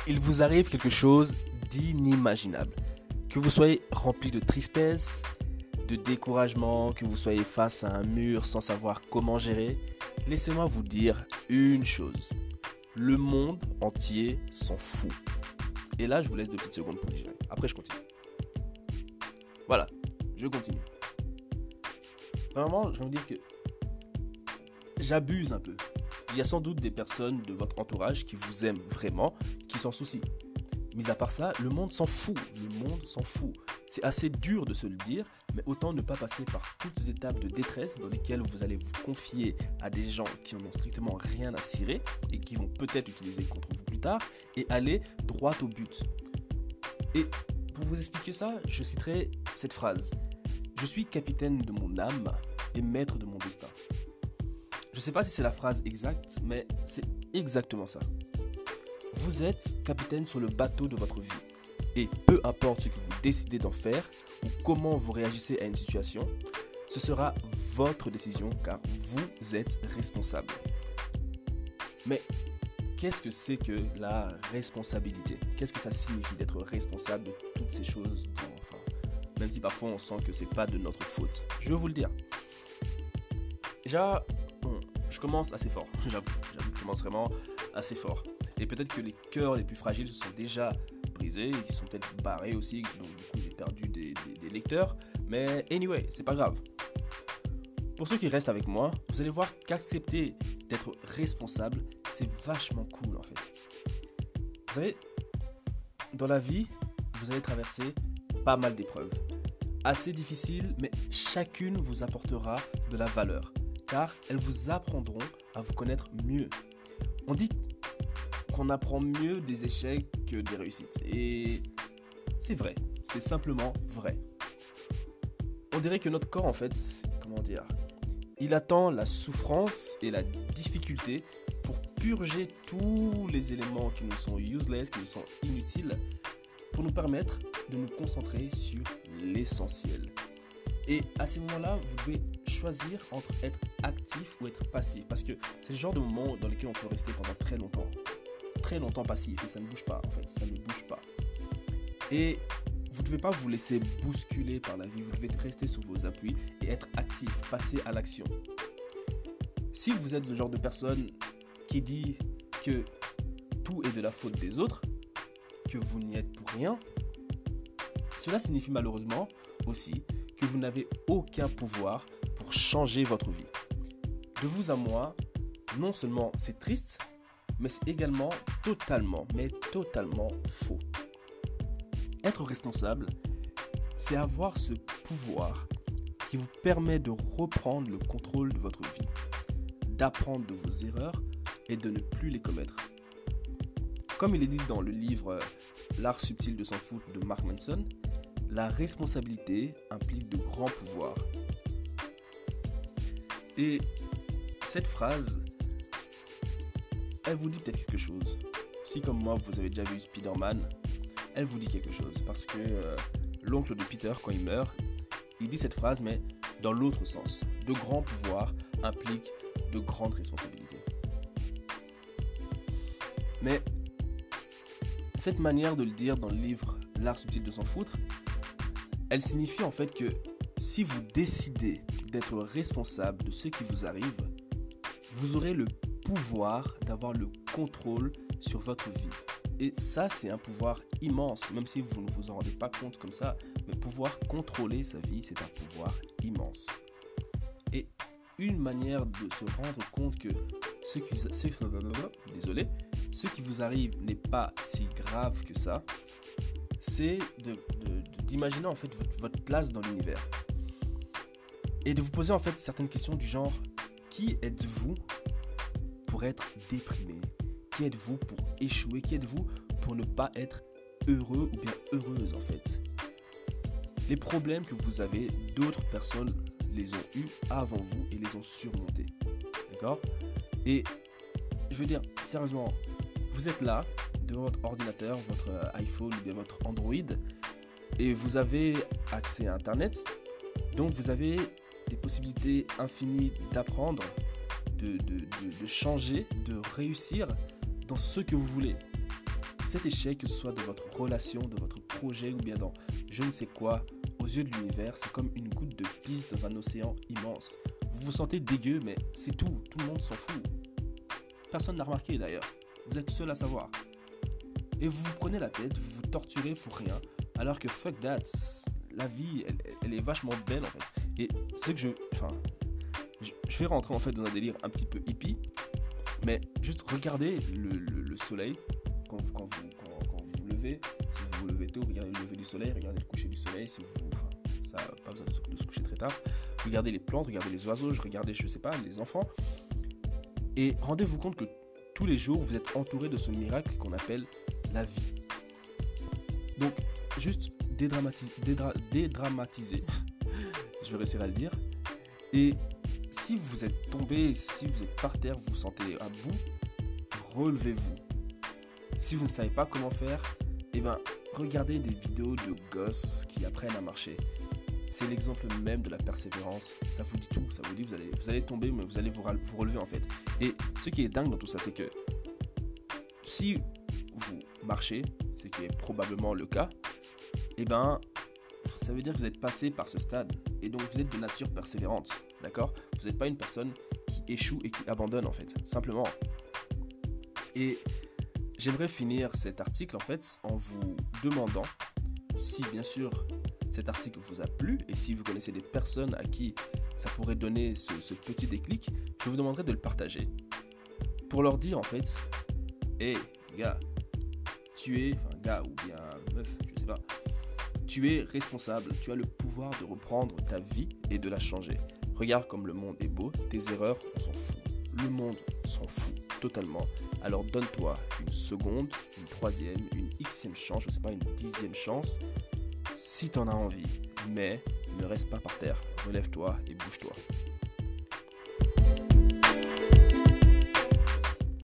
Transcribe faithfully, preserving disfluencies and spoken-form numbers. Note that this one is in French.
Il vous arrive quelque chose d'inimaginable. Que vous soyez rempli de tristesse, de découragement, que vous soyez face à un mur sans savoir comment gérer, laissez-moi vous dire une chose. Le monde entier s'en fout. Et là, je vous laisse deux petites secondes pour digérer. Après, je continue. Voilà, je continue. Vraiment, je vais vous dire que j'abuse un peu. Il y a sans doute des personnes de votre entourage qui vous aiment vraiment, qui s'en soucient. Mis à part ça, le monde s'en fout. Le monde s'en fout. C'est assez dur de se le dire, mais autant ne pas passer par toutes les étapes de détresse dans lesquelles vous allez vous confier à des gens qui n'en ont strictement rien à cirer et qui vont peut-être utiliser contre vous plus tard et aller droit au but. Et pour vous expliquer ça, je citerai cette phrase. Je suis capitaine de mon âme et maître de mon destin. Je ne sais pas si c'est la phrase exacte, mais c'est exactement ça. Vous êtes capitaine sur le bateau de votre vie. Et peu importe ce que vous décidez d'en faire ou comment vous réagissez à une situation, ce sera votre décision car vous êtes responsable. Mais qu'est-ce que c'est que la responsabilité ? Qu'est-ce que ça signifie d'être responsable de toutes ces choses dont, enfin, même si parfois on sent que c'est pas de notre faute. Je vais vous le dire. Déjà, bon, je commence assez fort, j'avoue, j'avoue, je commence vraiment assez fort. Et peut-être que les cœurs les plus fragiles se sont déjà brisés, ils sont peut-être barrés aussi, donc du coup j'ai perdu des, des, des lecteurs. Mais anyway, c'est pas grave. Pour ceux qui restent avec moi, vous allez voir qu'accepter d'être responsable, c'est vachement cool en fait. Vous savez, dans la vie, vous allez traverser pas mal d'épreuves. Assez difficiles, mais chacune vous apportera de la valeur, car elles vous apprendront à vous connaître mieux. On dit qu'on apprend mieux des échecs que des réussites. Et c'est vrai, c'est simplement vrai. On dirait que notre corps, en fait, comment dire, il attend la souffrance et la difficulté pour purger tous les éléments qui nous sont useless, qui nous sont inutiles, pour nous permettre de nous concentrer sur l'essentiel. Et à ces moments-là, vous devez choisir entre être actif ou être passif, parce que c'est le genre de moment dans lequel on peut rester pendant très longtemps. Très longtemps passif et ça ne bouge pas en fait, ça ne bouge pas. Et vous ne devez pas vous laisser bousculer par la vie, vous devez rester sur vos appuis et être actif, passer à l'action. Si vous êtes le genre de personne qui dit que tout est de la faute des autres, que vous n'y êtes pour rien, cela signifie malheureusement aussi que vous n'avez aucun pouvoir pour changer votre vie. De vous à moi, non seulement c'est triste, mais c'est également totalement, mais totalement faux. Être responsable, c'est avoir ce pouvoir qui vous permet de reprendre le contrôle de votre vie, d'apprendre de vos erreurs et de ne plus les commettre. Comme il est dit dans le livre L'art subtil de s'en foutre de Mark Manson, la responsabilité implique de grands pouvoirs. Et cette phrase, elle vous dit peut-être quelque chose. Si comme moi vous avez déjà vu Spider-Man, elle vous dit quelque chose. Parce que euh, l'oncle de Peter, quand il meurt, il dit cette phrase, mais dans l'autre sens. De grands pouvoirs impliquent de grandes responsabilités. Mais cette manière de le dire dans le livre L'art subtil de s'en foutre, elle signifie en fait que si vous décidez d'être responsable de ce qui vous arrive, vous aurez le pouvoir d'avoir le contrôle sur votre vie. Et ça, c'est un pouvoir immense, même si vous ne vous en rendez pas compte comme ça, mais pouvoir contrôler sa vie, c'est un pouvoir immense. Et une manière de se rendre compte que ce qui, ce, désolé, ce qui vous arrive n'est pas si grave que ça, c'est de, de, de, d'imaginer en fait votre, votre place dans l'univers. Et de vous poser en fait certaines questions du genre, qui êtes-vous pour être déprimé? Qui êtes-vous pour échouer? Qui êtes-vous pour ne pas être heureux ou bien heureuse en fait? Les problèmes que vous avez, d'autres personnes les ont eus avant vous et les ont surmontés. D'accord? Et je veux dire, sérieusement, vous êtes là, devant votre ordinateur, votre iPhone ou bien votre Android, et vous avez accès à Internet, donc vous avez des possibilités infinies d'apprendre, de, de, de, de changer, de réussir dans ce que vous voulez. cet échec, que ce soit de votre relation, de votre projet ou bien dans je ne sais quoi, aux yeux de l'univers, c'est comme une goutte de pisse dans un océan immense. Vous vous sentez dégueu, mais c'est tout, tout le monde s'en fout. Personne n'a remarqué d'ailleurs, vous êtes seul à savoir. Et vous vous prenez la tête, vous vous torturez pour rien, alors que fuck that, la vie, elle, elle est vachement belle en fait. Et ce que je... Enfin, je, je vais rentrer en fait dans un délire un petit peu hippie, mais juste regardez le, le, le soleil quand vous, quand, vous, quand, quand vous vous levez. Si vous vous levez tôt, regardez le lever du soleil, regardez le coucher du soleil. Si vous, enfin, ça n'a pas besoin de, de se coucher très tard. Regardez les plantes, regardez les oiseaux, regardez, je sais pas, les enfants. Et rendez-vous compte que tous les jours, vous êtes entouré de ce miracle qu'on appelle la vie. Donc, juste dédramatiser, dédra, dédramatiser. Je vais réussir à le dire. Et si vous êtes tombé, si vous êtes par terre, vous vous sentez à bout, relevez-vous. Si vous ne savez pas comment faire, eh ben, regardez des vidéos de gosses qui apprennent à marcher. C'est l'exemple même de la persévérance. Ça vous dit tout. Ça vous dit vous allez, vous allez tomber, mais vous allez vous, vous relever en fait. Et ce qui est dingue dans tout ça, c'est que si vous marchez, ce qui est probablement le cas, eh ben, ça veut dire que vous êtes passé par ce stade. Et donc vous êtes de nature persévérante. D'accord ? Vous n'êtes pas une personne qui échoue et qui abandonne en fait. Simplement. Et j'aimerais finir cet article en fait en vous demandant si bien sûr cet article vous a plu et si vous connaissez des personnes à qui ça pourrait donner ce, ce petit déclic, je vous demanderai de le partager pour leur dire en fait, hé hey, gars, tu es, enfin gars ou bien meuf, je sais pas, tu es responsable, tu as le pouvoir de reprendre ta vie et de la changer. Regarde comme le monde est beau, tes erreurs, on s'en fout. Le monde s'en fout totalement. Alors donne-toi une seconde, une troisième, une xème chance, je sais pas, une dixième chance, si t'en as envie. Mais ne reste pas par terre, relève-toi et bouge-toi.